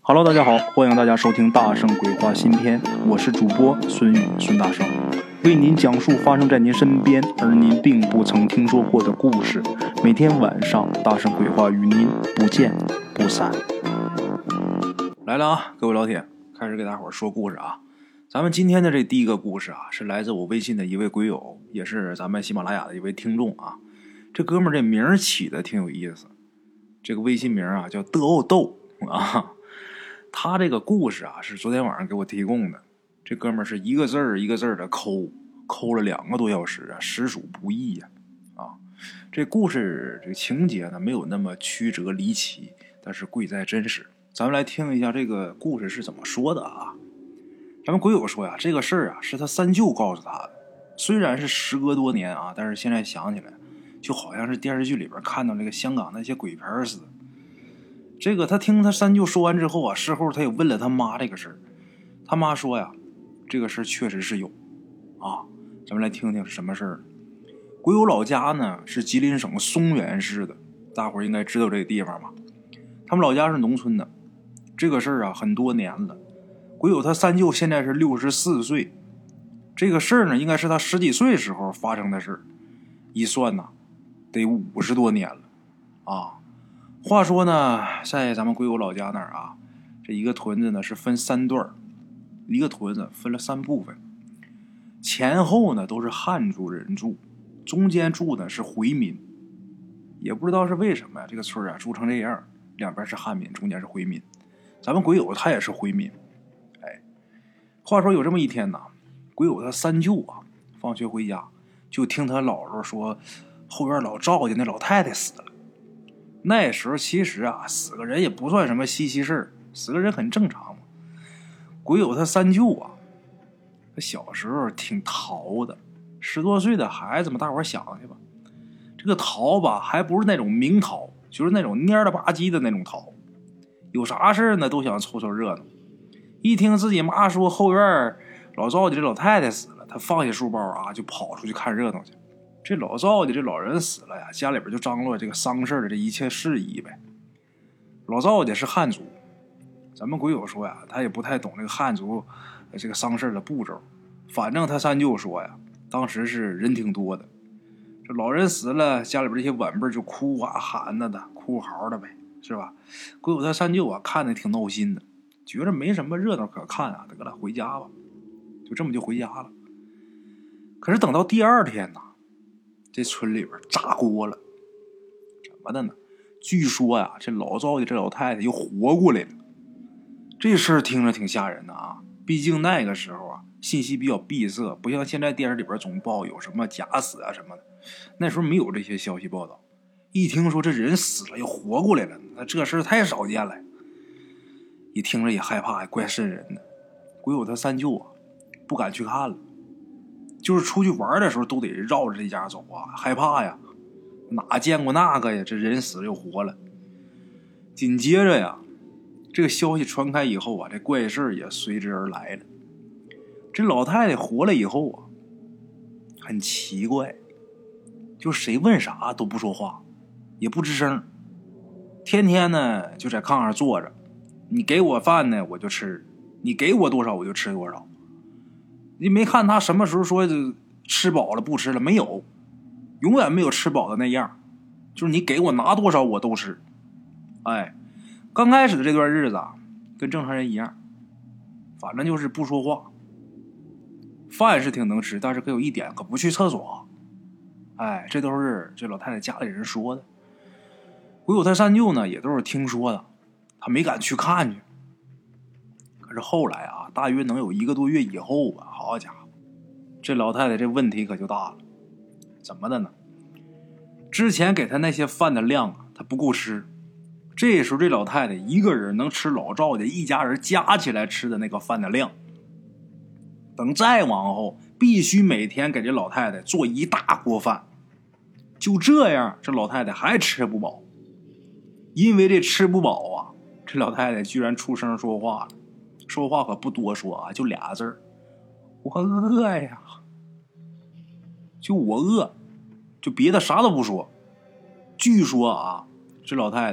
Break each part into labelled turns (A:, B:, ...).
A: Hello， 大家好，欢迎大家收听大圣鬼话新篇，我是主播孙宇，孙大圣，为您讲述发生在您身边而您并不曾听说过的故事。每天晚上大圣鬼话与您不见不散。来了啊，各位老铁，开始给大伙说故事啊。咱们今天的这第一个故事啊，是来自我微信的一位鬼友，也是咱们喜马拉雅的一位听众啊。这哥们儿这名儿起的挺有意思，这个微信名啊叫德欧豆啊。他这个故事啊是昨天晚上给我提供的，这哥们儿是一个字儿一个字儿的抠了2个多小时啊，实属不易呀啊。这故事这个情节呢没有那么曲折离奇，但是贵在真实。咱们来听一下这个故事是怎么说的啊。咱们鬼友说呀，这个事儿啊是他三舅告诉他的，虽然是时隔多年啊，但是现在想起来就好像是电视剧里边看到那个香港那些鬼片似的。这个他听他三舅说完之后啊，事后他也问了他妈这个事儿，他妈说呀，这个事儿确实是有啊。咱们来听听是什么事儿。鬼友老家呢是吉林省松原市的，大伙儿应该知道这个地方吧？他们老家是农村的，这个事儿啊很多年了。鬼友他三舅现在是64岁，这个事儿呢应该是他10几岁时候发生的事儿，一算呢得50多年了啊。话说呢，在咱们鬼友老家那儿啊，这一个屯子呢是分3段，一个屯子分了3部分，前后呢都是汉族人住，中间住的是回民。也不知道是为什么呀，这个村啊住成这样，两边是汉民，中间是回民。咱们鬼友他也是回民。哎，话说有这么一天呢，鬼友他三舅啊放学回家，就听他姥姥说后院老赵家那老太太死了。那时候其实啊死个人也不算什么稀奇事儿，死个人很正常嘛。鬼友他三舅啊，他小时候挺淘的，10多岁的孩子嘛，大伙想去吧，这个淘吧还不是那种明淘，就是那种蔫了吧唧的那种淘，有啥事呢都想凑凑热闹。一听自己妈说后院老赵家这老太太死了，他放下书包啊就跑出去看热闹去。这老赵家这老人死了呀，家里边就张罗这个丧事的这一切事宜呗。老赵家是汉族，咱们鬼友说呀，他也不太懂这个汉族这个丧事的步骤。反正他三舅说呀，当时是人挺多的，这老人死了，家里边这些晚辈就哭啊喊的哭嚎的呗，是吧？鬼友他三舅啊看着挺闹心的，觉着没什么热闹可看啊，得了回家吧，就这么就回家了。可是等到第2天呢，这村里边炸锅了。怎么的呢？据说呀，这老赵家这老太太又活过来了。这事儿听着挺吓人的啊，毕竟那个时候啊信息比较闭塞，不像现在电视里边总报有什么假死啊什么的，那时候没有这些消息报道。一听说这人死了又活过来了，那这事儿太少见了，一听着也害怕，也怪瘆人的。鬼友他三舅啊不敢去看了，就是出去玩的时候都得绕着这家走啊，害怕呀，哪见过那个呀，这人死了又活了。紧接着呀，这个消息传开以后啊，这怪事也随之而来了。这老太太活了以后啊，很奇怪，就谁问啥都不说话，也不吱声，天天呢就在炕上坐着，你给我饭呢我就吃，你给我多少我就吃多少。你没看他什么时候说吃饱了不吃了，没有，永远没有吃饱的那样，就是你给我拿多少我都吃。哎，刚开始的这段日子啊跟正常人一样，反正就是不说话，饭是挺能吃，但是可有一点，可不去厕所。哎，这都是这老太太家里人说的。鬼友他三舅呢也都是听说的，他没敢去看去。可是后来啊，大约能有1个多月以后吧，好家伙，这老太太这问题可就大了。怎么的呢？之前给她那些饭的量啊，她不够吃。这时候这老太太一个人能吃老赵家一家人加起来吃的那个饭的量。等再往后，必须每天给这老太太做一大锅饭。就这样，这老太太还吃不饱。因为这吃不饱啊，这老太太居然出声说话了。说话可不多说啊，就俩字儿，我饿呀。就我饿，就别的啥都不说。据说啊，这老太太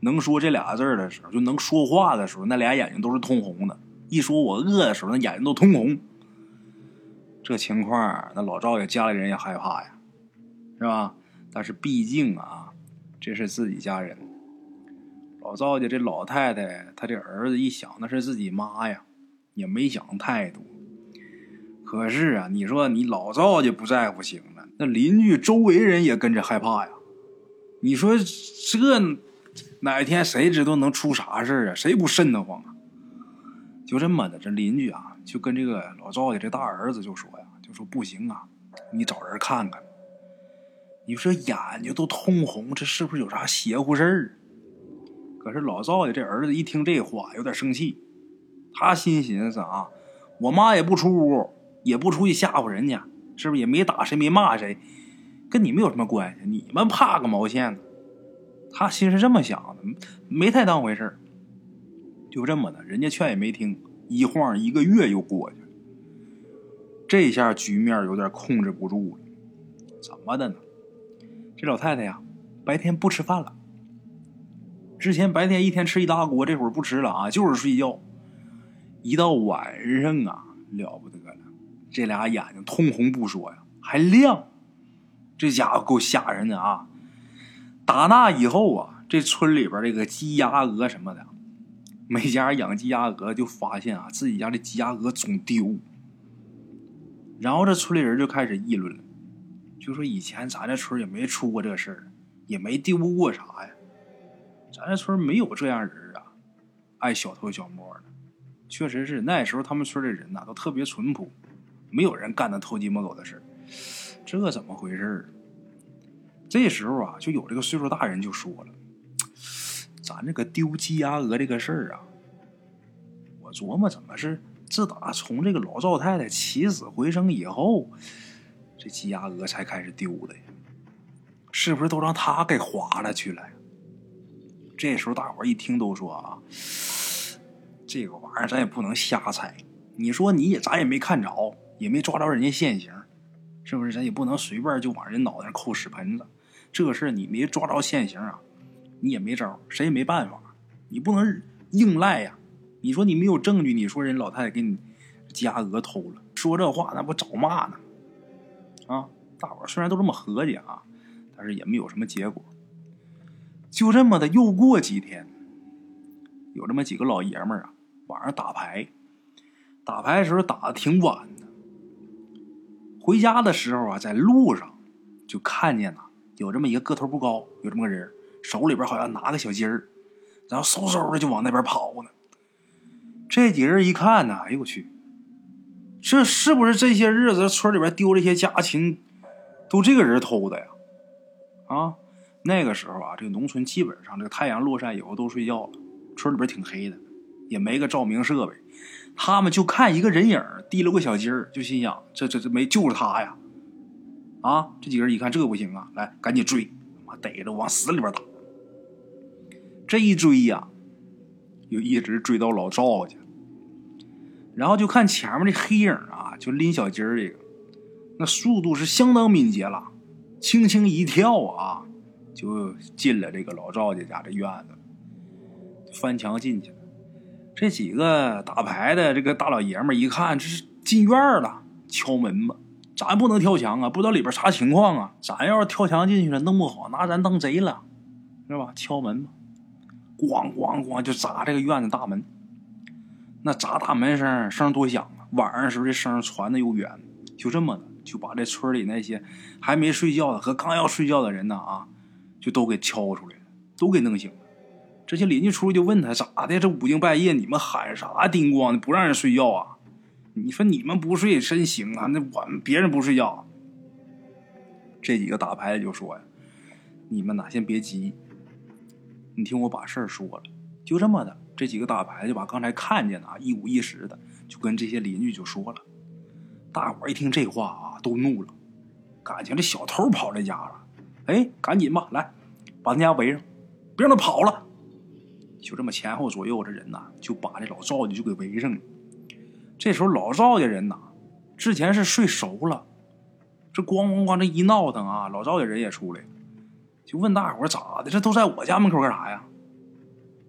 A: 能说这俩字的时候，就能说话的时候，那俩眼睛都是通红的。一说我饿的时候，那眼睛都通红。这情况，那老赵家家里人也害怕呀，是吧？但是毕竟啊，这是自己家人。老赵家这老太太，他这儿子一想那是自己妈呀，也没想太多。可是啊，你说你老赵家不在乎行了，那邻居周围人也跟着害怕呀。你说这哪天谁知道能出啥事啊？谁不瘆得慌啊？就这么的，这邻居啊，就跟这个老赵家这大儿子就说呀，就说不行啊，你找人看看。你说眼睛都通红，这是不是有啥邪乎事儿？可是老赵家这儿子一听这话，有点生气。他心寻思啊，我妈也不出屋，也不出去吓唬人家，是不是也没打谁没骂谁，跟你们有什么关系？你们怕个毛线呢？他心是这么想的，没太当回事儿。就这么的，人家劝也没听，一晃1个月又过去了。这下局面有点控制不住了。怎么的呢？这老太太呀，白天不吃饭了。之前白天一天吃一大锅，这会儿不吃了啊，就是睡觉。一到晚上啊，了不得了，这俩眼睛通红不说呀，还亮，这家伙够吓人的啊！打那以后啊，这村里边这个鸡鸭鹅什么的，每家养鸡鸭鹅就发现啊，自己家的鸡鸭鹅总丢。然后这村里人就开始议论了，就说以前咱这村也没出过这事儿，也没丢过啥呀。咱这村没有这样人啊，爱小偷小摸的。确实是那时候他们村的人呐，都特别淳朴，没有人干那偷鸡摸狗的事。这怎么回事？这时候啊，就有这个岁数大人就说了，咱这个丢鸡鸭鹅这个事儿啊，我琢磨怎么是自打从这个老赵太太起死回生以后，这鸡鸭鹅才开始丢的呀，是不是都让他给划了去了呀？这时候大伙儿一听都说啊，这个玩意儿咱也不能瞎猜。你说咱也没看着，也没抓着人家现行，是不是？咱也不能随便就往人脑袋上扣屎盆子。这个事你没抓着现行啊，你也没招，谁也没办法，你不能硬赖呀。你说你没有证据，你说人老太太给你鸡鸭鹅偷了，说这话那不找骂呢？啊，大伙儿虽然都这么合计啊，但是也没有什么结果。就这么的又过几天，有这么几个老爷们儿啊，晚上打牌的时候打得挺晚的。回家的时候啊，在路上就看见有这么一个个头不高，有这么个人，手里边好像拿个小鸡儿，然后嗖嗖的就往那边跑呢。这几人一看呢，哎呦我去，这是不是这些日子村里边丢这些家禽都这个人偷的呀？啊，那个时候啊，这个农村基本上这个太阳落山以后都睡觉了，村里边挺黑的，也没个照明设备，他们就看一个人影提了个小鸡儿，就心想这没就是他呀。啊，这几个人一看这个不行啊，来赶紧追，逮着往死里边打。这一追呀，就一直追到老赵家，然后就看前面这黑影啊，就拎小鸡儿这个，那速度是相当敏捷了，轻轻一跳啊，就进了这个老赵家这院子，翻墙进去了。这几个打牌的这个大老爷们一看这是进院了，敲门吧，咱不能跳墙啊，不知道里边啥情况啊，咱要是跳墙进去了弄不好拿咱当贼了，是吧？敲门吧，咣咣咣就砸这个院子大门。那砸大门声多响啊，晚上的时候这声传的又远，就这么的就把这村里那些还没睡觉的和刚要睡觉的人呢就都给敲出来了，都给弄醒了。这些邻居出去就问他咋的，这5更半夜你们喊啥叮咣的不让人睡觉啊？你说你们不睡真行啊，那我们别人不睡觉。这几个打牌的就说呀，你们先别急，你听我把事儿说了。就这么的，这几个打牌就把刚才看见的一五一十的就跟这些邻居就说了。大伙儿一听这话都怒了，感情这小偷跑这家了，哎，赶紧吧，来把他家围上，别让他跑了。就这么前后左右这人就把这老赵家就给围上了。这时候老赵家人之前是睡熟了，这咣咣咣这一闹腾老赵家人也出来了，就问大伙咋的，这都在我家门口干啥呀？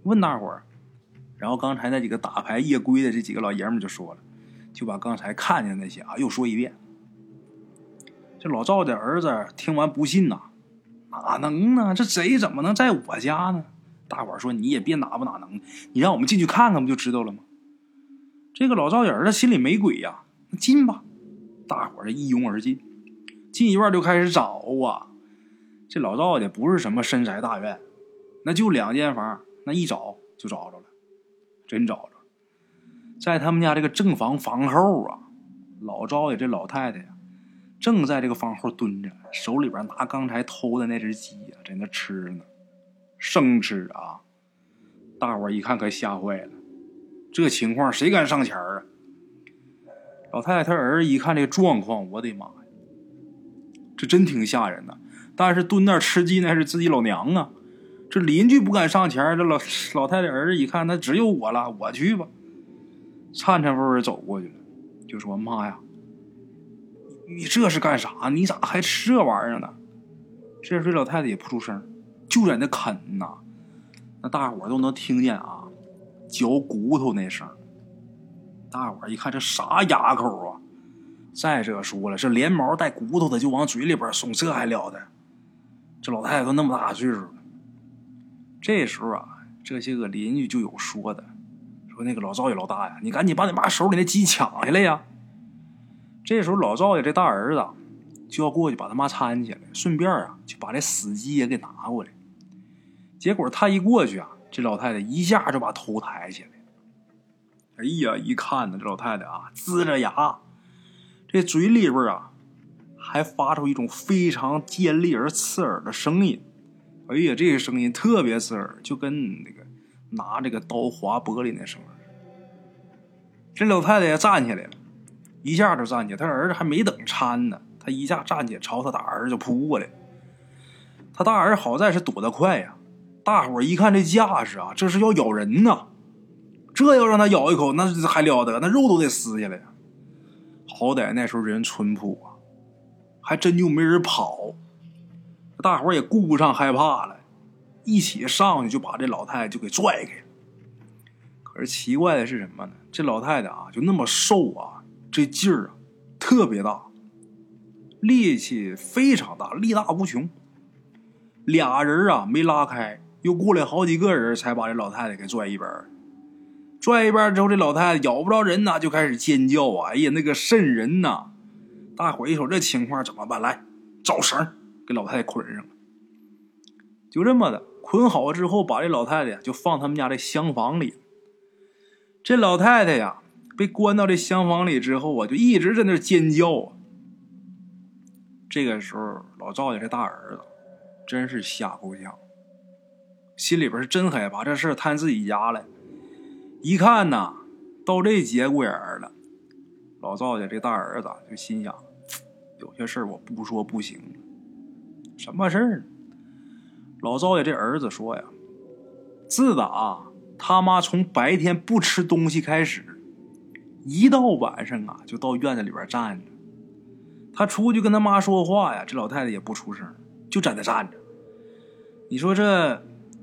A: 问大伙儿。然后刚才那几个打牌夜归的这几个老爷们就说了，就把刚才看见那些又说一遍。这老赵的儿子听完不信呐，哪能呢？这贼怎么能在我家呢？大伙儿说你也别哪不哪能，你让我们进去看看不就知道了吗？这个老赵的儿子心里没鬼呀，那进吧。大伙儿一拥而进，进一半就开始找啊。这老赵的不是什么深宅大院，那就2间房，那一找就找着了，真找着。在他们家这个正房房后啊，老赵的这老太太呀，正在这个房后蹲着，手里边拿刚才偷的那只鸡啊，在那吃呢，生吃啊。大伙儿一看可吓坏了，这情况谁敢上前啊？老太太她儿子一看这个状况，我的妈呀，这真挺吓人的。但是蹲那儿吃鸡那是自己老娘啊，这邻居不敢上前，这老太太儿子一看，那只有我了，我去吧。颤颤巍巍走过去了，就说：“妈呀，你这是干啥？你咋还吃这玩意儿呢？”这时老太太也不出声，就在那啃呐。那大伙儿都能听见啊，嚼骨头那声。大伙儿一看这啥牙口啊！再者说了，这连毛带骨头的就往嘴里边送，这还了得？这老太太都那么大岁数了。这时候啊，这些个邻居就有说的，说那个老赵也老大呀，你赶紧把你妈手里那鸡抢下来呀！这时候老赵的这大儿子就要过去把他妈搀起来，顺便啊就把这死鸡也给拿过来。结果他一过去啊，这老太太一下就把头抬起来。哎呀，一看呢，这老太太啊呲着牙，这嘴里边啊还发出一种非常尖利而刺耳的声音。哎呀，这个声音特别刺耳，就跟那个拿这个刀划玻璃那声音。这老太太也站起来了，一下就站起来，他儿子还没等搀呢，他一下站起来朝他大儿子就扑过来。他大儿子好在是躲得快呀，大伙儿一看这架势啊，这是要咬人呐！这要让他咬一口，那还了得，那肉都得撕下来呀！好歹那时候人淳朴啊，还真就没人跑。大伙儿也顾不上害怕了，一起上去就把这老太太就给拽开了。可是奇怪的是什么呢？这老太太啊，就那么瘦啊，这劲儿啊特别大，力气非常大，力大无穷。俩人啊没拉开，又过来好几个人才把这老太太给拽一边。拽一边之后，这老太太咬不着人呐，就开始尖叫啊！哎呀，那个瘆人呐！大伙一瞅这情况怎么办？来，找绳给老太太捆上了。就这么的捆好之后，把这老太太就放他们家这厢房里。这老太太呀，被关到这厢房里之后啊，就一直在那尖叫啊。这个时候，老赵家这大儿子真是吓够呛，心里边是真害怕，这事摊自己家来。一看呐，到这节骨眼了，老赵家这大儿子就心想，有些事我不说不行。什么事儿呢？老赵家这儿子说呀，自打他妈从白天不吃东西开始，一到晚上啊就到院子里边站着。他出去跟他妈说话呀，这老太太也不出声，就在那站着。你说这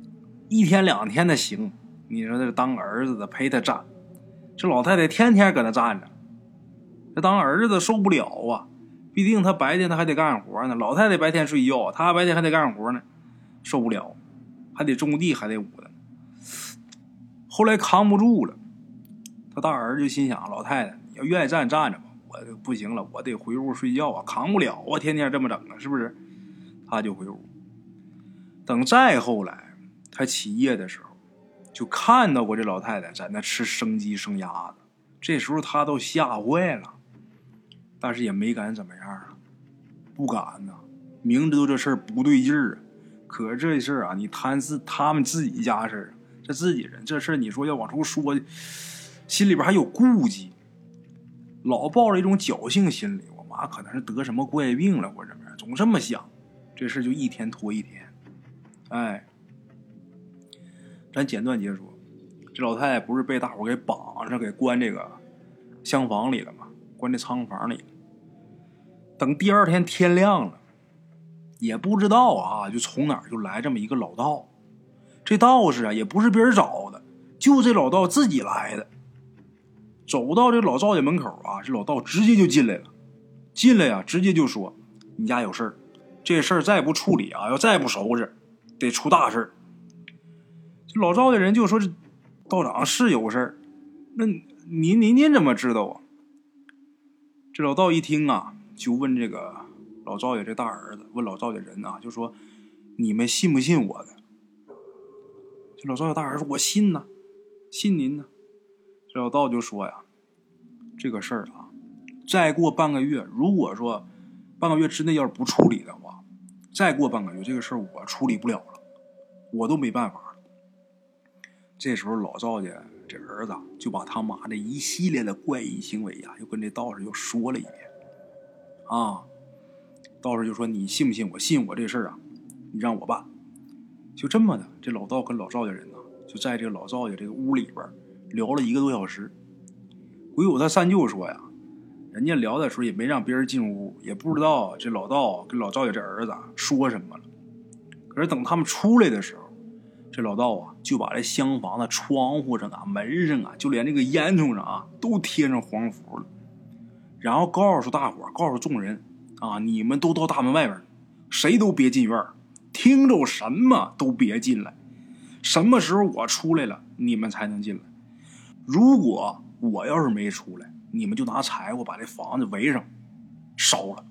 A: 1天2天的行，你说这当儿子的陪他站，这老太太天天搁那站着，这当儿子受不了啊！毕竟他白天他还得干活呢，老太太白天睡觉，他白天还得干活呢，受不了，还得种地，还得捂的。后来扛不住了，他大儿子就心想，老太太你要愿意站站着吧，我不行了，我得回屋睡觉啊，扛不了啊，天天这么整啊，是不是？他就回屋。等再后来他起夜的时候，就看到过这老太太在那吃生鸡生鸭的，这时候他都吓坏了，但是也没敢怎么样啊，不敢呐，明知道这事儿不对劲儿啊。可是这事儿啊，你他们自己家事儿，这自己人，这事儿你说要往出说，心里边还有顾忌，老抱着一种侥幸心理，我妈可能是得什么怪病了或者什么，总这么想，这事就一天拖一天。哎，咱简短结说，这老太太不是被大伙给绑上，给关这个厢房里了吗？关这仓房里了。等第二天天亮了，也不知道啊，就从哪儿就来这么一个老道， 这道士啊也不是别人找的，就这老道自己来的。走到这老赵家门口啊，这老道直接就进来了。进来呀，直接就说：“你家有事儿，这事儿再不处理啊，要再不收拾，得出大事儿。”这老赵家人就说：“这道长是有事儿，那您怎么知道啊？”这老道一听啊，就问这个老赵家这大儿子，问老赵家人啊，就说：“你们信不信我的？”这老赵家大儿子说：“我信呢，信您呢。”这老道就说呀：“这个事儿啊，再过半个月，如果说半个月之内要是不处理的话，再过半个月这个事儿我处理不了了，我都没办法了。”这时候老赵家这儿子就把他妈的一系列的怪异行为啊，又跟这道士又说了一遍啊。道士就说：“你信不信？我信，我这事儿啊，你让我办。”就这么的，这老道跟老赵家人呢，就在这个老赵家这个屋里边聊了1个多小时。鬼友他三舅说呀，人家聊的时候也没让别人进屋，也不知道这老道跟老赵家这儿子说什么了。可是等他们出来的时候，这老道啊就把这厢房的窗户上啊、门上啊，就连这个烟囱上啊都贴上黄符了。然后告诉大伙，告诉众人啊，你们都到大门外边，谁都别进院，听着什么都别进来，什么时候我出来了，你们才能进来。如果我要是没出来，你们就拿柴火把这房子围上，烧了。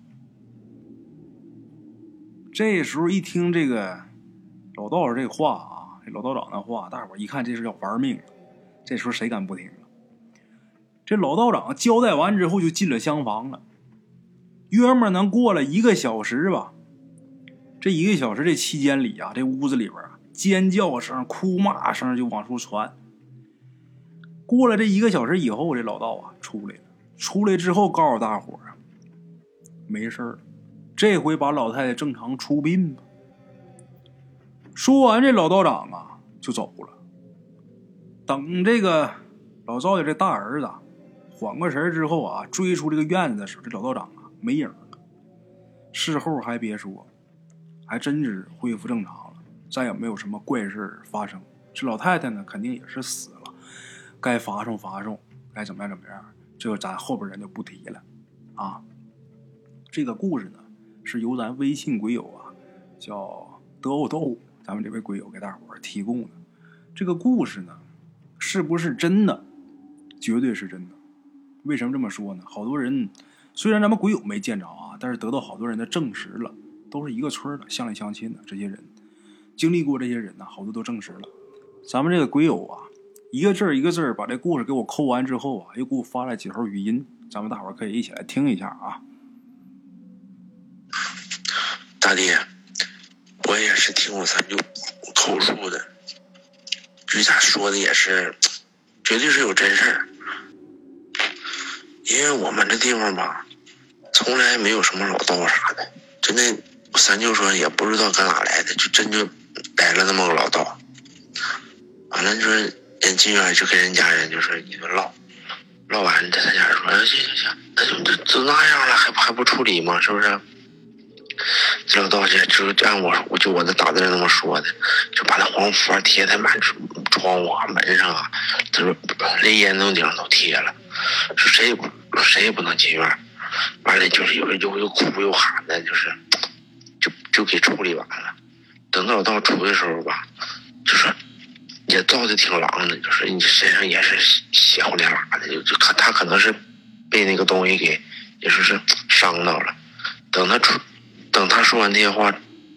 A: 这时候一听这个老道士这话啊，这老道长的话，大伙一看这是要玩命了。这时候谁敢不听了？这老道长交代完之后就进了厢房了。约莫能过了1个小时吧。这1个小时这期间里啊，这屋子里边啊，尖叫声、哭骂声就往出传。过了这1个小时以后，这老道啊出来了。出来之后告诉大伙啊，没事了，这回把老太太正常出殡吧。说完，这老道长啊就走了。等这个老赵家这大儿子缓过神之后啊，追出这个院子的时候，这老道长啊没影了。事后还别说，还真是恢复正常了，再也没有什么怪事发生。这老太太呢，肯定也是死了。该发送，该怎么样，这个咱后边人就不提了啊。这个故事呢，是由咱微信鬼友啊，叫德欧豆，咱们这位鬼友给大伙儿提供的。这个故事呢，是不是真的？绝对是真的。为什么这么说呢？好多人虽然咱们鬼友没见着啊，但是得到好多人的证实了，都是一个村的，乡里乡亲的这些人，经历过这些人呢，好多都证实了。咱们这个鬼友啊，一个字儿把这故事给我抠完之后啊，又给我发了几条语音，咱们大伙儿可以一起来听一下啊。
B: 大弟，我也是听我三舅口述的，据他说的也是，绝对是有真事儿。因为我们这地方吧，从来没有什么老道啥的，真的，我三舅说也不知道搁哪来的，就真就来了那么个老道。完了就说人进院就跟人家人就说一顿唠完，在他家说行，那就那样了，还不处理吗？是不是？这老道士就按我就我的打字那么说的，就把那黄符贴在满窗户啊、门上啊，他说连烟囱顶上都贴了，说谁也不能进院。完了就是有又哭又喊的，就给处理完了。等到老道出的时候吧，就是也造的挺狼的，就是你身上也是血乎连拉的，就他可能是被那个东西给也说是伤到了。等他说完这些话，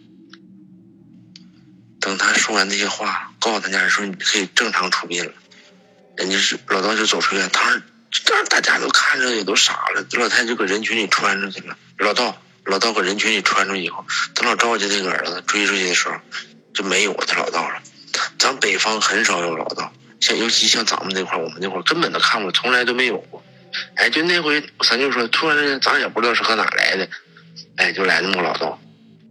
B: 告诉他家人说你可以正常出殡了，人家是老道就走出院，当然大家都看着也都傻了，老太太就搁人群里穿出去了，老道搁人群里穿出去以后，等老赵家这个儿子追出去的时候就没有他老道了。咱北方很少有老道，尤其像咱们这块，我们这块根本都看不，从来都没有过。哎，就那回咱就说突然间咱也不知道是搁哪来的，哎，就来那么老道。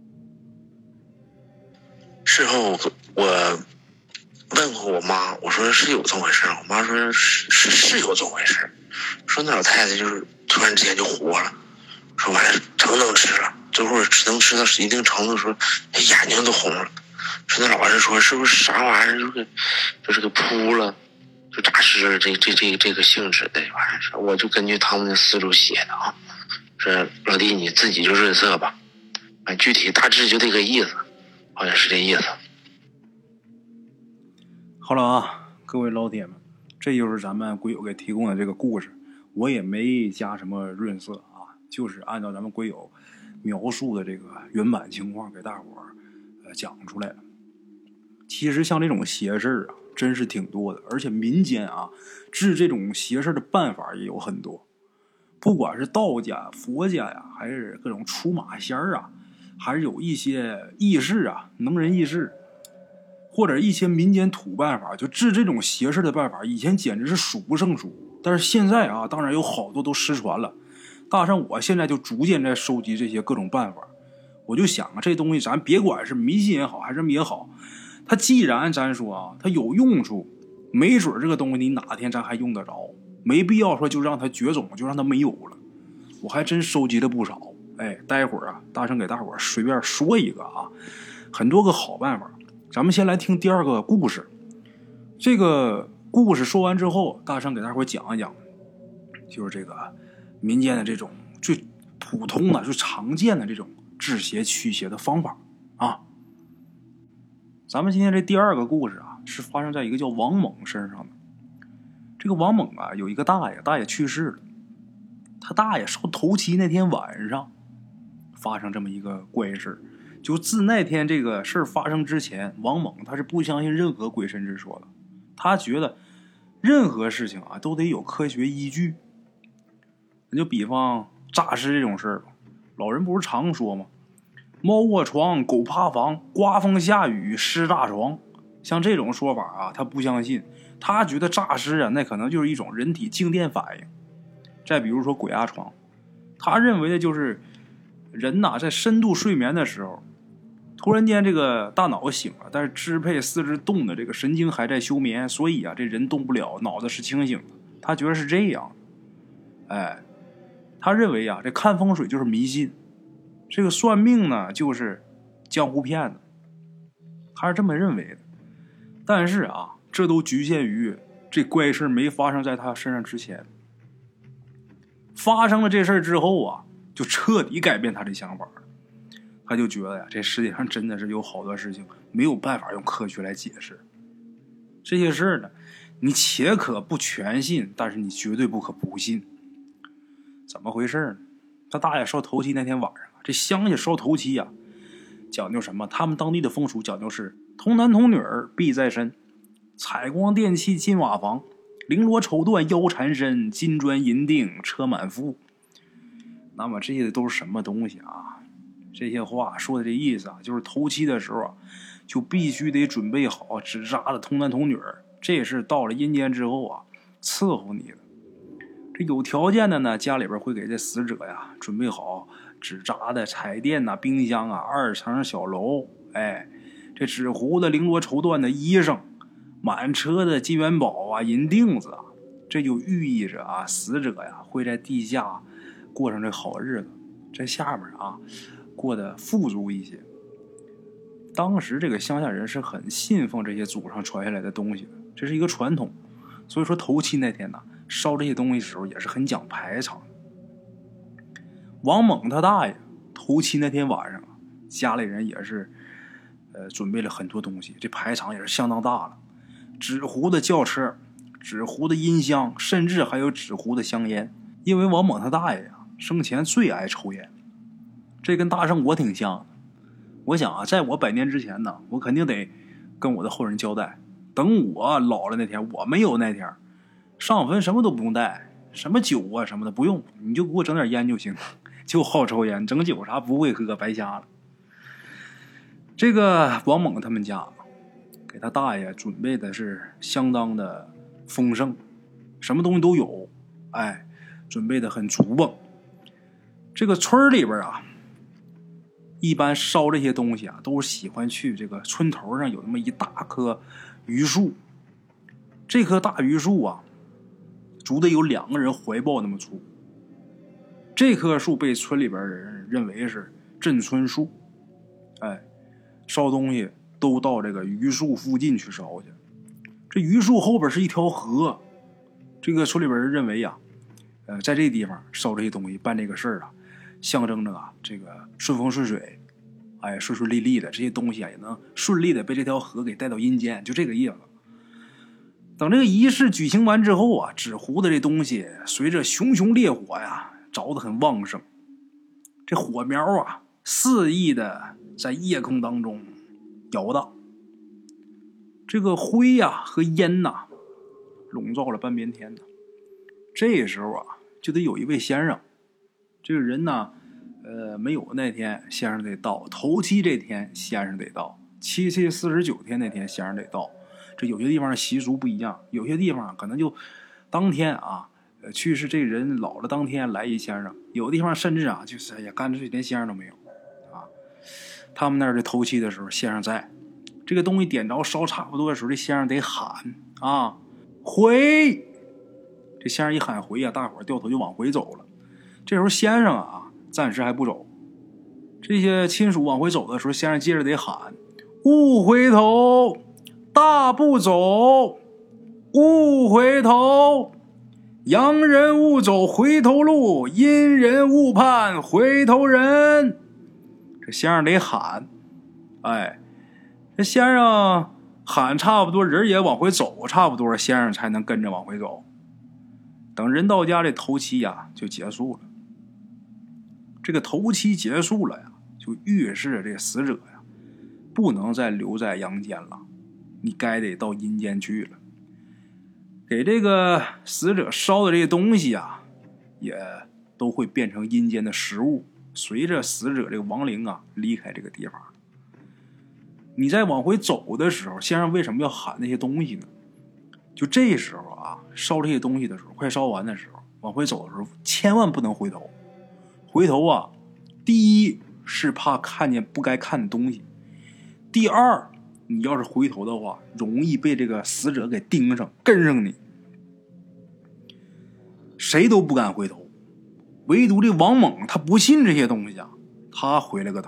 B: 事后我问过我妈，我说是有这么回事，我妈说是有这么回事，说那老太太就是突然之间就活了，说完了能吃了，最后能吃到一定程度，说眼睛都红了， 说那老师说是不是啥玩意儿就是给扑了，就诈尸这个性质的玩意儿。我就根据他们的思路写的啊，说老弟你自己就润色吧，具体大致就这个意思，好像是这意思。
A: 好了啊，各位老铁们，这就是咱们鬼友给提供的这个故事，我也没加什么润色啊，就是按照咱们鬼友描述的这个原版情况给大伙讲出来了。其实像这种邪事啊，真是挺多的，而且民间啊治这种邪事的办法也有很多，不管是道家、佛家呀，还是各种出马仙啊，还是有一些义士啊、能人异士，或者一些民间土办法，就治这种邪事的办法，以前简直是数不胜数。但是现在啊，当然有好多都失传了。大圣我现在就逐渐在收集这些各种办法。我就想啊，这东西咱别管是迷信也好，还是什么也好，它既然咱说啊，它有用处，没准这个东西你哪天咱还用得着，没必要说就让它绝种，就让它没有了。我还真收集了不少。哎，待会儿啊，大圣给大伙儿随便说一个啊，很多个好办法。咱们先来听第二个故事。这个故事说完之后，大圣给大伙儿讲一讲，就是这个民间的这种最普通的、最常见的这种治邪驱邪的方法啊。咱们今天这第二个故事啊，是发生在一个叫王猛身上的。这个王猛啊，有一个大爷去世了。他大爷烧头七那天晚上，发生这么一个怪事。就自那天这个事儿发生之前，王猛他是不相信任何鬼神之说的。他觉得任何事情啊都得有科学依据。那就比方诈尸这种事儿吧，老人不是常说吗？猫卧床，狗趴房，刮风下雨湿大床。像这种说法啊，他不相信。他觉得诈尸啊，那可能就是一种人体静电反应。再比如说鬼压床，他认为的就是人呐在深度睡眠的时候，突然间这个大脑醒了，但是支配四肢动的这个神经还在休眠，所以啊这人动不了，脑子是清醒的。他觉得是这样。哎，他认为啊这看风水就是迷信，这个算命呢就是江湖骗子，他是这么认为的。但是啊这都局限于这怪事没发生在他身上之前。发生了这事儿之后啊，就彻底改变他的想法了。他就觉得呀，这世界上真的是有好多事情没有办法用科学来解释。这些事儿呢，你且可不全信，但是你绝对不可不信。怎么回事呢？他大爷烧头七那天晚上，这乡下烧头七啊，讲究什么？他们当地的风俗讲究是童男童女必在身，采光电器金瓦房，绫罗绸缎腰缠身，金砖银锭车满腹。那么这些都是什么东西啊？这些话说的这意思啊，就是头七的时候啊，就必须得准备好纸扎的童男童女，这是到了阴间之后啊，伺候你的。这有条件的呢，家里边会给这死者呀准备好纸扎的彩电啊、冰箱啊、2层小楼，哎，这纸糊的绫罗绸缎的衣裳，满车的金元宝啊、银锭子啊，这就寓意着啊，死者呀会在地下过上这好日子，在下面啊过得富足一些。当时这个乡下人是很信奉这些祖上传下来的东西的，这是一个传统。所以说头七那天呢，烧这些东西的时候也是很讲排场的。王猛他大爷头七那天晚上啊，家里人也是准备了很多东西，这排场也是相当大了。纸糊的轿车，纸糊的音箱，甚至还有纸糊的香烟。因为王猛他大爷啊生前最爱抽烟，这跟大圣我挺像的。我想啊，在我100年之前呢，我肯定得跟我的后人交代，等我老了那天，我没有那天，上坟什么都不用带，什么酒啊什么的不用，你就给我整点烟就行，就好抽烟，整酒啥不会喝，白瞎了。这个王猛他们家给他大爷准备的是相当的丰盛，什么东西都有，哎，准备的很足吧。这个村里边啊，一般烧这些东西啊，都是喜欢去这个村头上有那么一大棵榆树。这棵大榆树啊，足得有2个人怀抱那么粗。这棵树被村里边人认为是镇村树，哎，烧东西都到这个榆树附近去烧去。这榆树后边是一条河，这个村里边人认为呀，在这地方烧这些东西办这个事儿啊，象征着这个顺风顺水，顺顺利利的，这些东西也能顺利的被这条河给带到阴间，就这个意思。等这个仪式举行完之后纸糊的这东西随着熊熊烈火着得很旺盛，这火苗肆意的在夜空当中摇荡，这个灰和烟笼罩了半边天。这时候就得有一位先生，这个人没有那天先生得到，头七这天先生得到，7七49天那天先生得到。这有些地方习俗不一样，有些地方可能就当天去世这人老了当天来一先生，有的地方甚至就是干脆连先生都没有他们那儿的头七的时候先生在，这个东西点着烧差不多的时候，这先生得喊回，这先生一喊回大伙儿掉头就往回走了。这时候先生暂时还不走，这些亲属往回走的时候，先生接着得喊勿回头，大步走，勿回头，洋人勿走回头路，阴人勿盼回头人。这先生得喊，这先生喊差不多，人也往回走差不多，先生才能跟着往回走。等人到家，这头七就结束了。这个头七结束了就预示这个死者不能再留在阳间了，你该得到阴间去了。给这个死者烧的这些东西也都会变成阴间的食物，随着死者这个亡灵离开这个地方。你在往回走的时候，先生为什么要喊那些东西呢？就这时候烧这些东西的时候，快烧完的时候，往回走的时候千万不能回头。回头第一是怕看见不该看的东西，第二你要是回头的话，容易被这个死者给盯上跟上你。谁都不敢回头，唯独这王猛他不信这些东西他回了个头。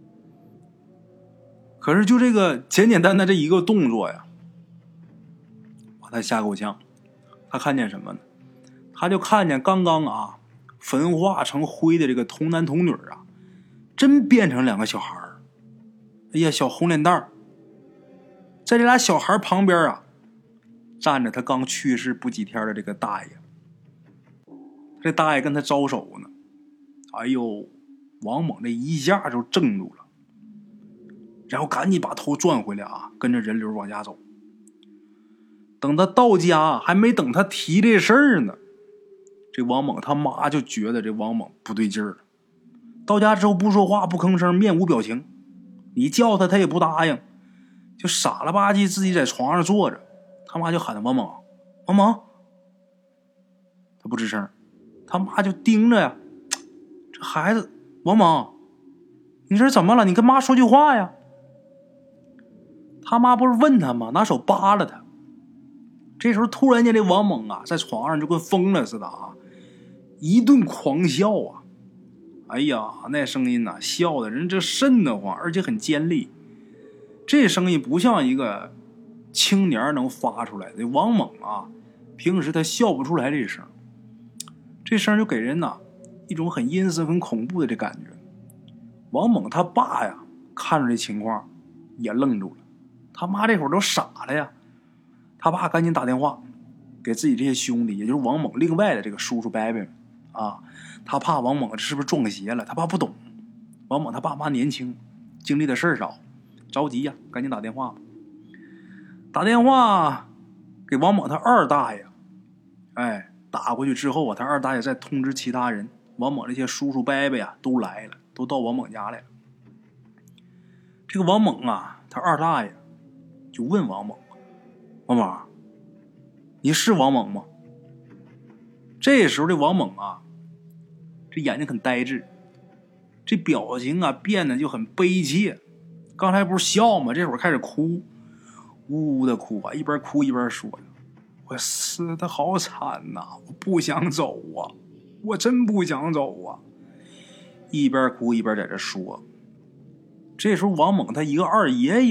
A: 可是就这个简简单单这一个动作把他吓够呛。他看见什么呢？他就看见刚刚焚化成灰的这个童男童女真变成两个小孩儿。哎呀，小红脸蛋儿，在这俩小孩旁边站着他刚去世不几天的这个大爷。这大爷跟他招手呢。哎呦，王猛这一下就怔住了，然后赶紧把头转回来跟着人流往家走。等他到家，还没等他提这事儿呢，这王猛他妈就觉得这王猛不对劲儿了。到家之后不说话不吭声，面无表情，你叫他他也不答应，就傻了吧唧自己在床上坐着。他妈就喊他王猛，王猛，他不吱声。他妈就盯着这孩子，王猛，你这怎么了？你跟妈说句话呀。他妈不是问他吗？拿手扒拉他。这时候突然间这王猛在床上就跟疯了似的一顿狂笑哎呀，那声音笑的人这瘆得慌，而且很尖利。这声音不像一个青年能发出来的。王猛平时他笑不出来这声，这声就给人一种很阴森很恐怖的这感觉。王猛他爸看着这情况也愣住了，他妈这会儿都傻了呀。他爸赶紧打电话给自己这些兄弟，也就是王猛另外的这个叔叔伯伯们他怕王猛是不是撞邪了，他爸不懂。王猛他爸妈年轻，经历的事儿少，着急赶紧打电话。打电话给王猛他二大爷，打过去之后他二大爷再通知其他人，王猛这些叔叔伯伯都来了，都到王猛家来了。这个王猛他二大爷就问王猛，王猛，你是王猛吗？这时候这王猛这眼睛很呆滞，这表情变得就很悲切。刚才不是笑吗？这会儿开始哭，呜呜的哭一边哭一边说，我死得好惨我不想走我真不想走一边哭一边在这说。这时候王猛他一个二爷爷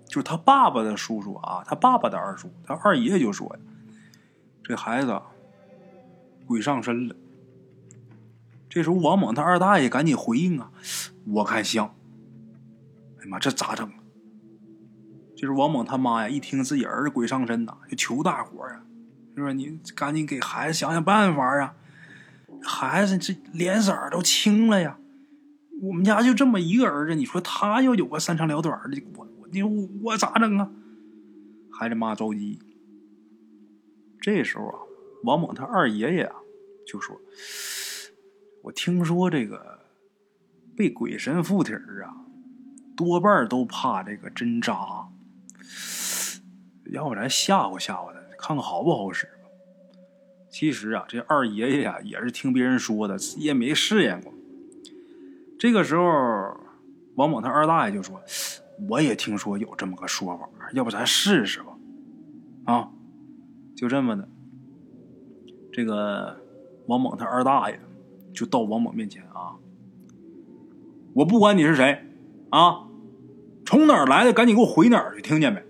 A: 就是他爸爸的叔叔啊，他爸爸的二叔，他二爷就说这孩子鬼上身了。这时候王猛他二大爷赶紧回应啊，我看像。哎呀妈，这咋整啊？这是王猛他妈呀，一听自己儿子鬼上身呐，就求大伙啊，是不是？你赶紧给孩子想想办法啊！孩子这脸色都青了呀，我们家就这么一个儿子，你说他要有个三长两短的，我咋整啊？孩子妈着急。这时候啊，王猛他二爷爷啊就说：“我听说这个被鬼神附体啊，多半都怕这个针扎，要不然吓唬吓唬他，看看好不好使吧。”其实啊，这二爷爷啊也是听别人说的，自己也没试验过。这个时候，王猛他二大爷就说：“我也听说有这么个说法，要不咱试试吧？”啊，就这么的，这个王猛他二大爷就到王猛面前啊，我不管你是谁啊，从哪儿来的赶紧给我回哪儿去，听见没？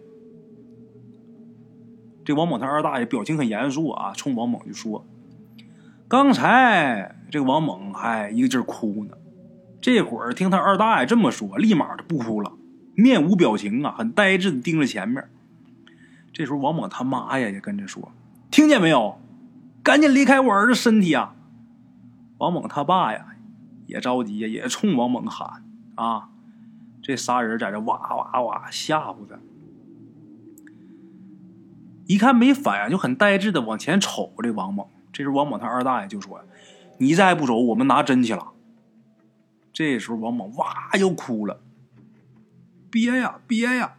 A: 这王猛他二大爷表情很严肃啊，冲王猛就说：“刚才这个王猛还一个劲儿哭呢，这会儿听他二大爷这么说，立马就不哭了，面无表情啊，很呆滞的盯着前面。”这时候王猛他妈呀也跟着说：“听见没有？赶紧离开我儿子身体啊！”王猛他爸呀也着急呀，也冲王猛喊啊。这仨人在这哇哇哇吓唬他，一看没反应，就很呆滞的往前瞅这王猛。这时候王猛他二大爷就说：“你再不走，我们拿针去了。”这时候王猛哇又哭了：“憋呀憋呀！”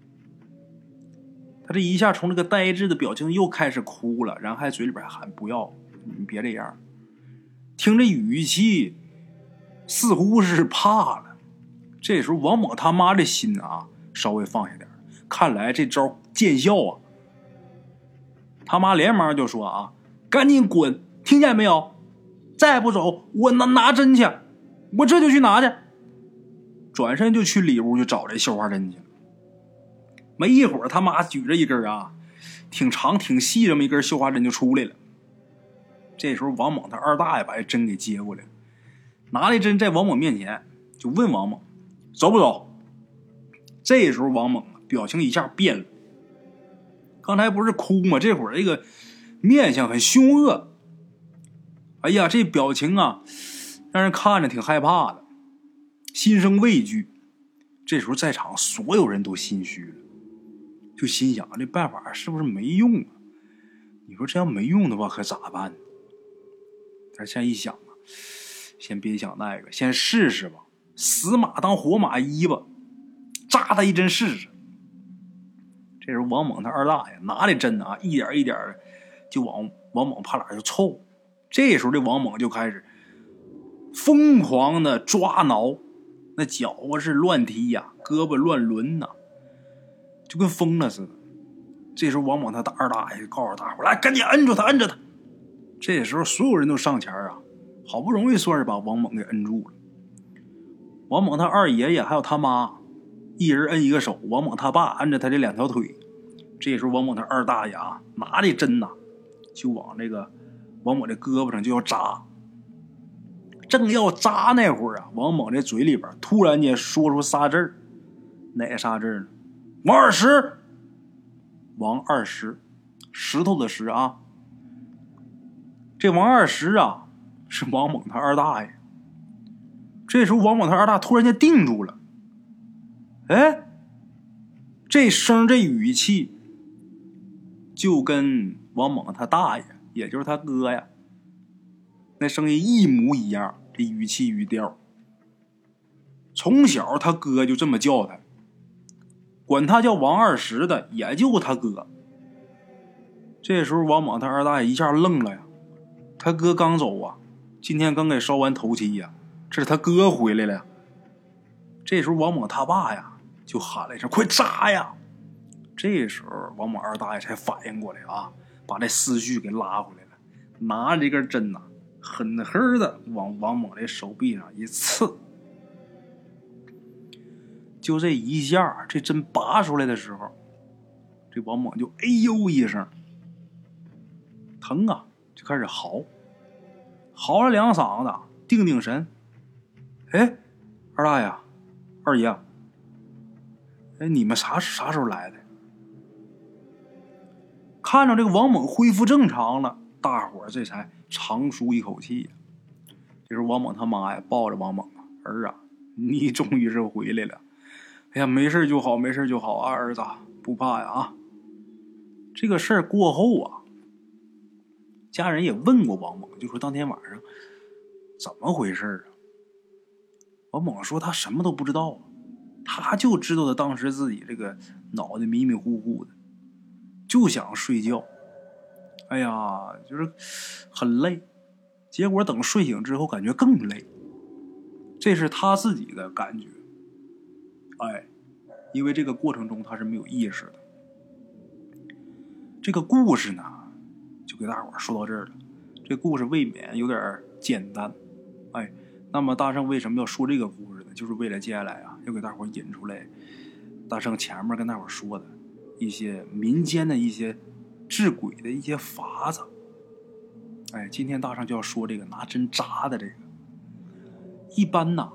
A: 他这一下从这个呆滞的表情又开始哭了，然后还嘴里边喊：“不要，你别这样。”听这语气似乎是怕了。这时候王猛他妈的心啊稍微放下点，看来这招见效啊。他妈连忙就说：“啊，赶紧滚，听见没有？再不走，我拿针去，我这就去拿去。”转身就去里屋就找这绣花针去。没一会儿，他妈举着一根啊挺长挺细这么一根绣花针就出来了。这时候王猛他二大爷把这针给接过来，拿了针在王猛面前就问王猛：“走不走？”这时候王猛表情一下变了，刚才不是哭吗？这会儿这个面相很凶恶，哎呀，这表情啊让人看着挺害怕的，心生畏惧。这时候在场所有人都心虚了，就心想这办法是不是没用啊？你说这样没用的话可咋办呢？但是现在一想啊，先别想那个，先试试吧，死马当活马医吧，扎他一针试试。这时候王猛他二大爷拿着针啊，一点一点的就往王猛帕哪就凑。这时候这王猛就开始疯狂的抓挠，那脚啊是乱踢呀，胳膊乱抡呐，就跟疯了似的。这时候王猛他二大爷告诉大伙：“来，赶紧摁住他，摁着他。”这时候所有人都上前啊，好不容易算是把王猛给摁住了。王猛他二爷爷还有他妈，一人摁一个手，王猛他爸按着他这两条腿。这时候王猛他二大爷啊，拿着针呐，就往这个王猛的胳膊上就要扎。正要扎那会儿啊，王猛这嘴里边突然间说出仨字儿，哪仨字儿呢？王二石，王二石，石头的石啊。这王二石啊是王猛他二大爷。这时候王猛他二大突然间定住了，哎，这声这语气就跟王猛他大爷也就是他哥呀那声音一模一样，这语气语调。从小他哥就这么叫他，管他叫王二石的也就他哥。这时候王猛他二大爷一下愣了呀，他哥刚走啊，今天刚给烧完头七呀，这是他哥回来了呀。这时候王猛他爸呀就喊了一声：“快扎呀！”这时候王猛二大爷才反应过来啊，把这思绪给拉回来了，拿着这根针呐，狠狠的往王猛的手臂上一刺。 就这一下，这针拔出来的时候，这王猛就哎呦一声，疼啊，就开始嚎了2嗓子，定神。哎，二大爷、二爷，哎，你们啥时候来的？看着这个王猛恢复正常了，大伙儿这才长舒一口气。这时候王猛他妈呀抱着王猛啊，儿啊，你终于是回来了。哎呀，没事就好，没事就好啊，儿子不怕呀啊。这个事儿过后啊，家人也问过王猛，就说当天晚上怎么回事啊？王猛说他什么都不知道，他就知道他当时自己这个脑袋迷迷糊糊的，就想睡觉。哎呀，就是很累，结果等睡醒之后感觉更累，这是他自己的感觉。哎，因为这个过程中他是没有意识的。这个故事呢，就给大伙儿说到这儿了。这故事未免有点简单，哎，那么大圣为什么要说这个故事呢？就是为了接下来啊，要给大伙儿引出来大圣前面跟大伙儿说的一些民间的一些治鬼的一些法子。哎，今天大圣就要说这个拿针扎的这个。一般呐，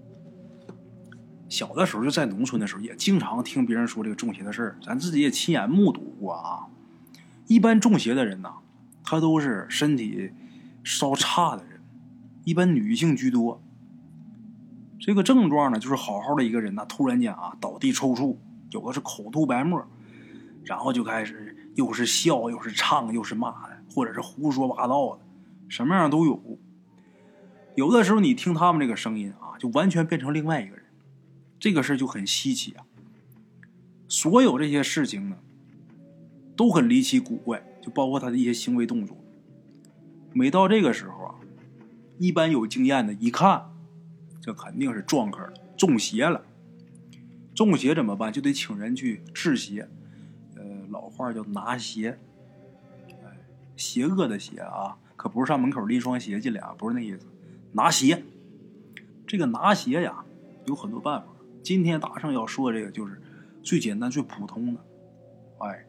A: 小的时候就在农村的时候，也经常听别人说这个中邪的事儿，咱自己也亲眼目睹过啊。一般中邪的人呐，他都是身体稍差的人，一般女性居多。这个症状呢，就是好好的一个人呐，突然间啊倒地抽搐，有的是口吐白沫，然后就开始又是笑又是唱又是骂的，或者是胡说八道的，什么样都有。有的时候你听他们这个声音啊，就完全变成另外一个人，这个事就很稀奇啊。所有这些事情呢，都很离奇古怪，就包括他的一些行为动作。每到这个时候啊，一般有经验的一看，这肯定是撞客了，中邪了。中邪怎么办？就得请人去治邪。老话叫拿邪，邪恶的邪啊，可不是上门口拎双鞋进来啊，不是那意思。拿邪，这个拿邪呀，有很多办法。今天大圣要说这个就是最简单最普通的。哎，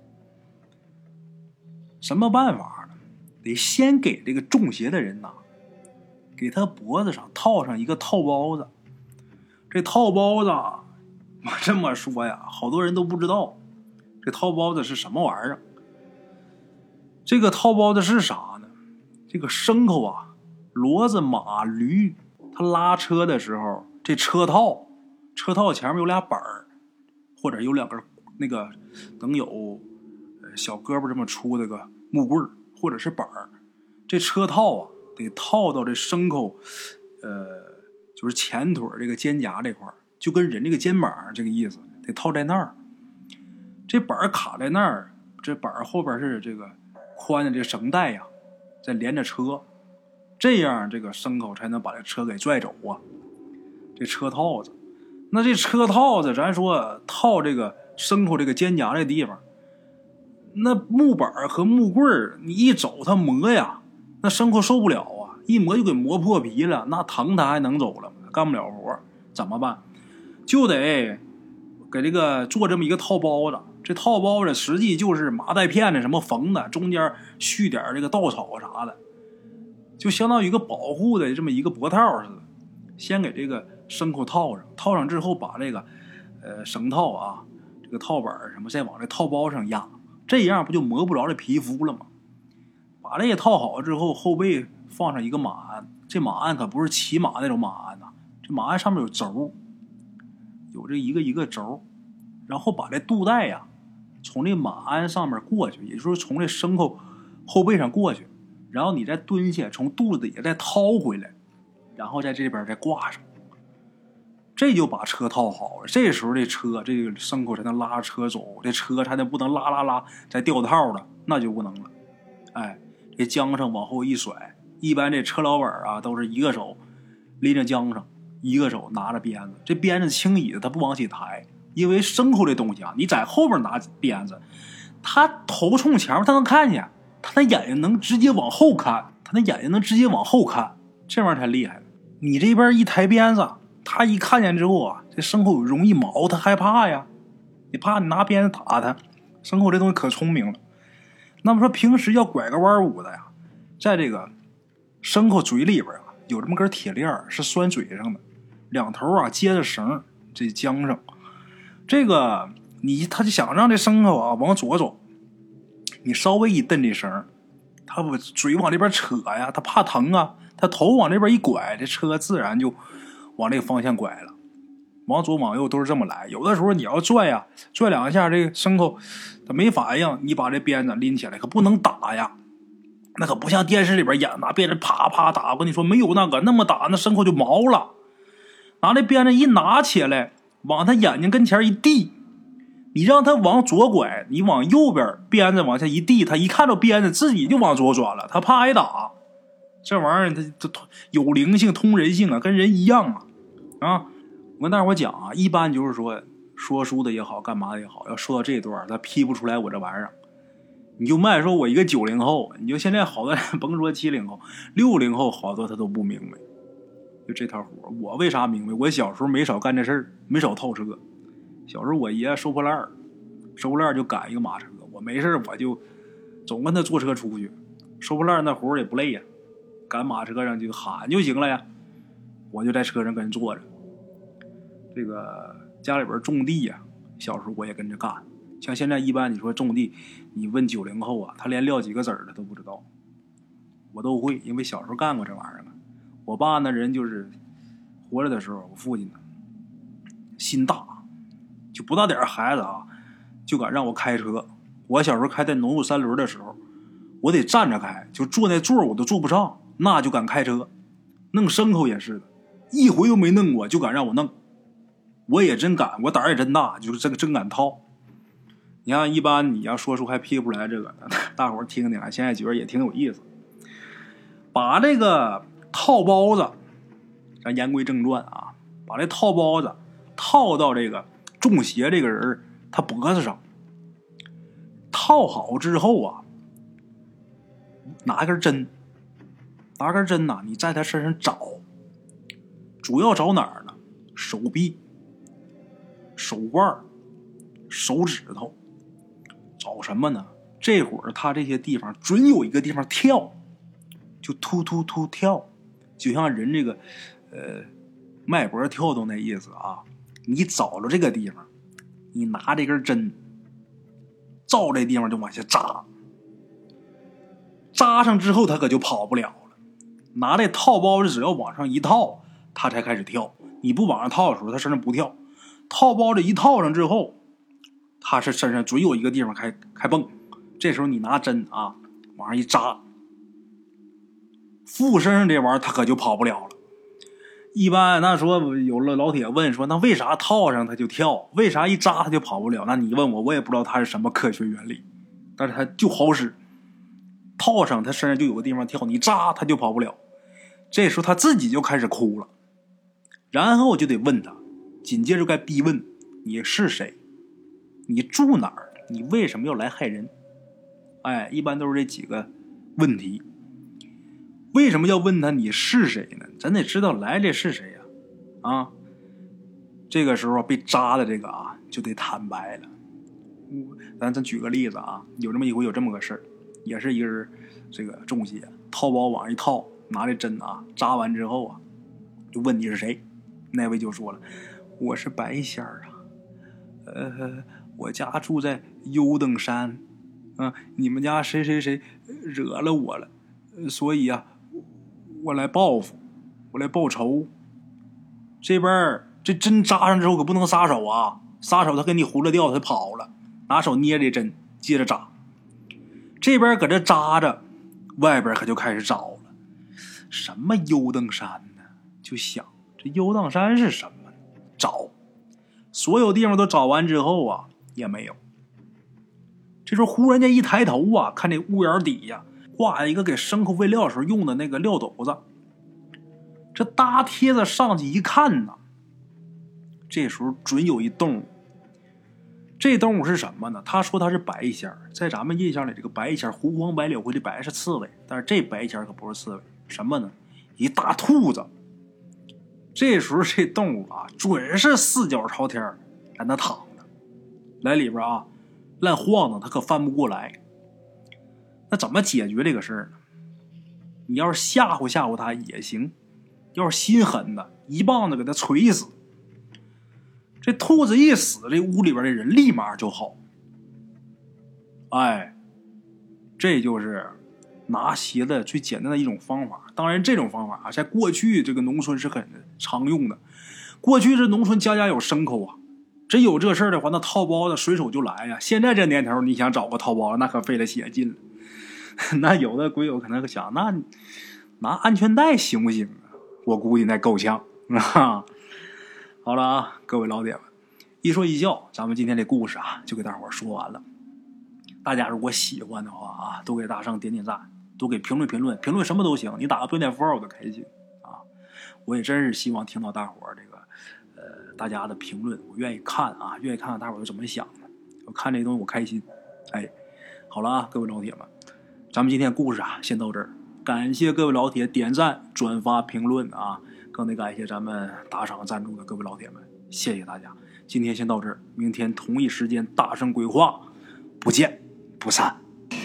A: 什么办法呢？得先给这个中邪的人呐，给他脖子上套上一个套包子。这套包子我这么说呀，好多人都不知道这套包子是什么玩意儿。这个套包子是啥呢？这个牲口啊，骡子马驴他拉车的时候，这车套前面有俩板儿，或者有两根那个能有小胳膊这么粗的个木棍儿，或者是板儿。这车套啊得套到这牲口就是前腿这个肩胛这块儿，就跟人这个肩膀这个意思，得套在那儿。这板儿卡在那儿，这板儿后边是这个宽的这个绳带呀，再连着车，这样这个牲口才能把这车给拽走啊。这车套子，那这车套子咱说套这个牲口这个肩胛这地方，那木板和木棍你一走它磨呀，那牲口受不了啊，一磨就给磨破皮了，那疼它还能走了吗？干不了活，怎么办？就得给这个做这么一个套包子。这套包子实际就是麻袋片的什么缝的，中间续点这个稻草啥的，就相当于一个保护的这么一个脖套似的。先给这个牲口套上，套上之后把这个绳套啊，这个套板什么再往这套包上压，这样不就磨不着这皮肤了吗？把这也套好之后，后背放上一个马鞍，这马鞍可不是骑马那种马鞍呐，这马鞍上面有轴，有这一个一个轴，然后把这肚带呀从这马鞍上面过去，也就是说从这牲口后背上过去，然后你再蹲下，从肚子底下再掏回来，然后在这边再挂上，这就把车套好了。这时候这车这个牲口才能拉车走，这车才能不能拉再掉套了，那就不能了。哎，这缰绳往后一甩，一般这车老板啊都是一个手拎着缰绳，一个手拿着鞭子，这鞭子轻椅子他不往起抬，因为牲口这东西啊，你在后边拿鞭子，他头冲前面他能看见，他的眼睛能直接往后看，这玩意儿才厉害。你这边一抬鞭子， 他一看见之后啊，这牲口容易毛，他害怕呀，你怕你拿鞭子打他。牲口这东西可聪明了，那么说平时要拐个弯舞的呀，在这个牲口嘴里边啊有这么根铁链是拴嘴上的，两头啊接着绳，这缰上。这个他就想让这牲口啊往左走，你稍微一蹬这绳，他不嘴往这边扯呀，他怕疼啊，他头往这边一拐，这车自然就往这个方向拐了。往左往右都是这么来，有的时候你要拽呀，拽两下这个牲口他没反应，你把这鞭子拎起来可不能打呀，那可不像电视里边演拿鞭子啪啪打。我跟你说没有那么打，那牲口就毛了。拿这鞭子一拿起来往他眼睛跟前一递，你让他往左拐，你往右边鞭子往下一递，他一看到鞭子自己就往左转了，他怕挨打。这玩意儿它有灵性通人性啊，跟人一样啊。我跟大伙讲啊，一般就是说书的也好，干嘛的也好，要说到这段他批不出来我这玩意儿。你就卖说我一个90后，你就现在好多人甭说70后，60后好多他都不明白，就这套活。我为啥明白？我小时候没少干这事儿，没少套车。小时候我爷收破烂就赶一个马车，我没事我就总跟他坐车出去。收破烂那活也不累呀，赶马车上就喊就行了呀，我就在车上跟人坐着。这个家里边种地呀，小时候我也跟着干。像现在一般你说种地，你问90后啊，他连撂几个子儿的都不知道，我都会，因为小时候干过这玩意儿啊。我爸那人就是活着的时候，我父亲呢心大，就不大点孩子啊，就敢让我开车。我小时候开在农务3轮的时候，我得站着开，就坐那座我都坐不上，那就敢开车。弄牲口也是的，一回都没弄过，就敢让我弄。我也真敢，我胆儿也真大，就是真敢套。你看一般你要说出还批不出来这个，大伙儿听听，现在觉得也挺有意思。把这个套包子，咱言归正传啊，把这套包子套到这个中邪这个人他脖子上，套好之后啊，拿根针呐，你在他身上找，主要找哪儿呢？手臂、手腕、手指头。找什么呢？这会儿他这些地方准有一个地方跳，就突突突跳，就像人这个脉搏跳动那意思啊。你找着这个地方，你拿这根针照这地方就往下扎，扎上之后他可就跑不了了。拿这套包子只要往上一套，他才开始跳。你不往上套的时候他身上不跳，套包子一套上之后，他是身上准有一个地方开蹦。这时候你拿针啊往上一扎，附身上这玩意儿他可就跑不了了。一般那说有了老铁问说，那为啥套上他就跳，为啥一扎他就跑不了？那你问我也不知道他是什么科学原理，但是他就好使。套上他身上就有个地方跳，你扎他就跑不了。这时候他自己就开始哭了，然后就得问他，紧接着该逼问你是谁，你住哪儿，你为什么要来害人？哎，一般都是这几个问题。为什么要问他你是谁呢？咱得知道来这是谁呀？啊，这个时候被扎的这个啊就得坦白了。咱举个例子啊，有这么一回有这么个事儿，也是一个人这个中邪，套包往上一套，拿这针啊扎完之后啊，就问你是谁。那位就说了，我是白仙儿啊，我家住在优登山啊，你们家谁谁谁惹了我了，所以啊我来报复，我来报仇。这边这针扎上之后可不能撒手啊，撒手他给你糊了掉，他跑了，拿手捏这针接着扎。这边搁这扎着，外边可就开始找了，什么优登山呢？就想这优登山是什么？找，所有地方都找完之后啊，也没有。这时候忽然间一抬头啊，看这屋檐底下挂一个给牲口喂料时候用的那个料斗子。这搭贴子上去一看呢，这时候准有一动物。这动物是什么呢？他说它是白仙儿，在咱们印象里这个白仙儿胡黄白柳灰的白是刺猬，但是这白仙儿可不是刺猬，什么呢？一大兔子， 这时候这动物啊，准是四脚朝天在那躺着，来里边啊乱晃荡，它可翻不过来。那怎么解决这个事儿呢？你要是吓唬吓唬它也行，要是心狠的，一棒子给它捶死。这兔子一死，这屋里边的人立马就好。哎，这就是拿鞋的最简单的一种方法。当然这种方法啊，在过去这个农村是很常用的。过去这农村家家有牲口啊，真有这事儿的话，那套包子随手就来呀。现在这年头，你想找个套包子，那可费了血劲了。那有的鬼友可能想，那拿安全带行不行啊？我估计那够呛啊。好了啊，各位老铁们，一说一笑，咱们今天这故事啊，就给大伙儿说完了。大家如果喜欢的话啊，都给大圣点点赞，都给评论评论，评论什么都行，你打个对点符号我都开心啊！我也真是希望听到大伙儿这个大家的评论，我愿意看啊，愿意看看大伙儿怎么想的。我看这东西我开心。哎，好了啊，各位老铁们，咱们今天故事啊先到这儿，感谢各位老铁点赞、转发、评论啊，更得感谢咱们打赏赞助的各位老铁们，谢谢大家。今天先到这儿，明天同一时间大圣鬼话，不见不散。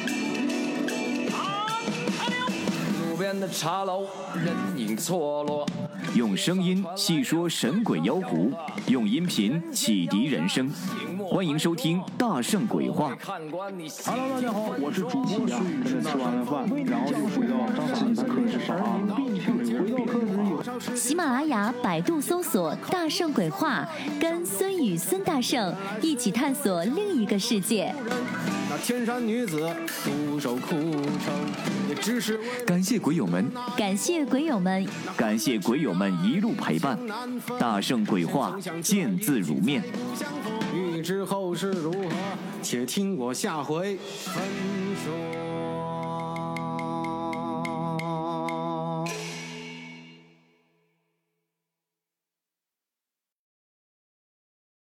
C: 路边的茶楼，人影错落。
D: 用声音细说神鬼妖狐，用音频启迪人生。欢迎收听《大圣鬼话》。
A: Hello， 大家好，我是主播孙宇。吃完了饭，然后就回到自己的课室上啊。回到课室有
E: 喜马拉雅、百度搜索“大圣鬼话”，跟孙宇、孙大圣一起探索另一个世界。
C: 那天山女子独守枯城，也只是
D: 感谢鬼友们，
E: 感谢鬼友们，
D: 感谢鬼友们一路陪伴。大圣鬼话，见字如面。
C: 欲知后事如何，且听我下回分说。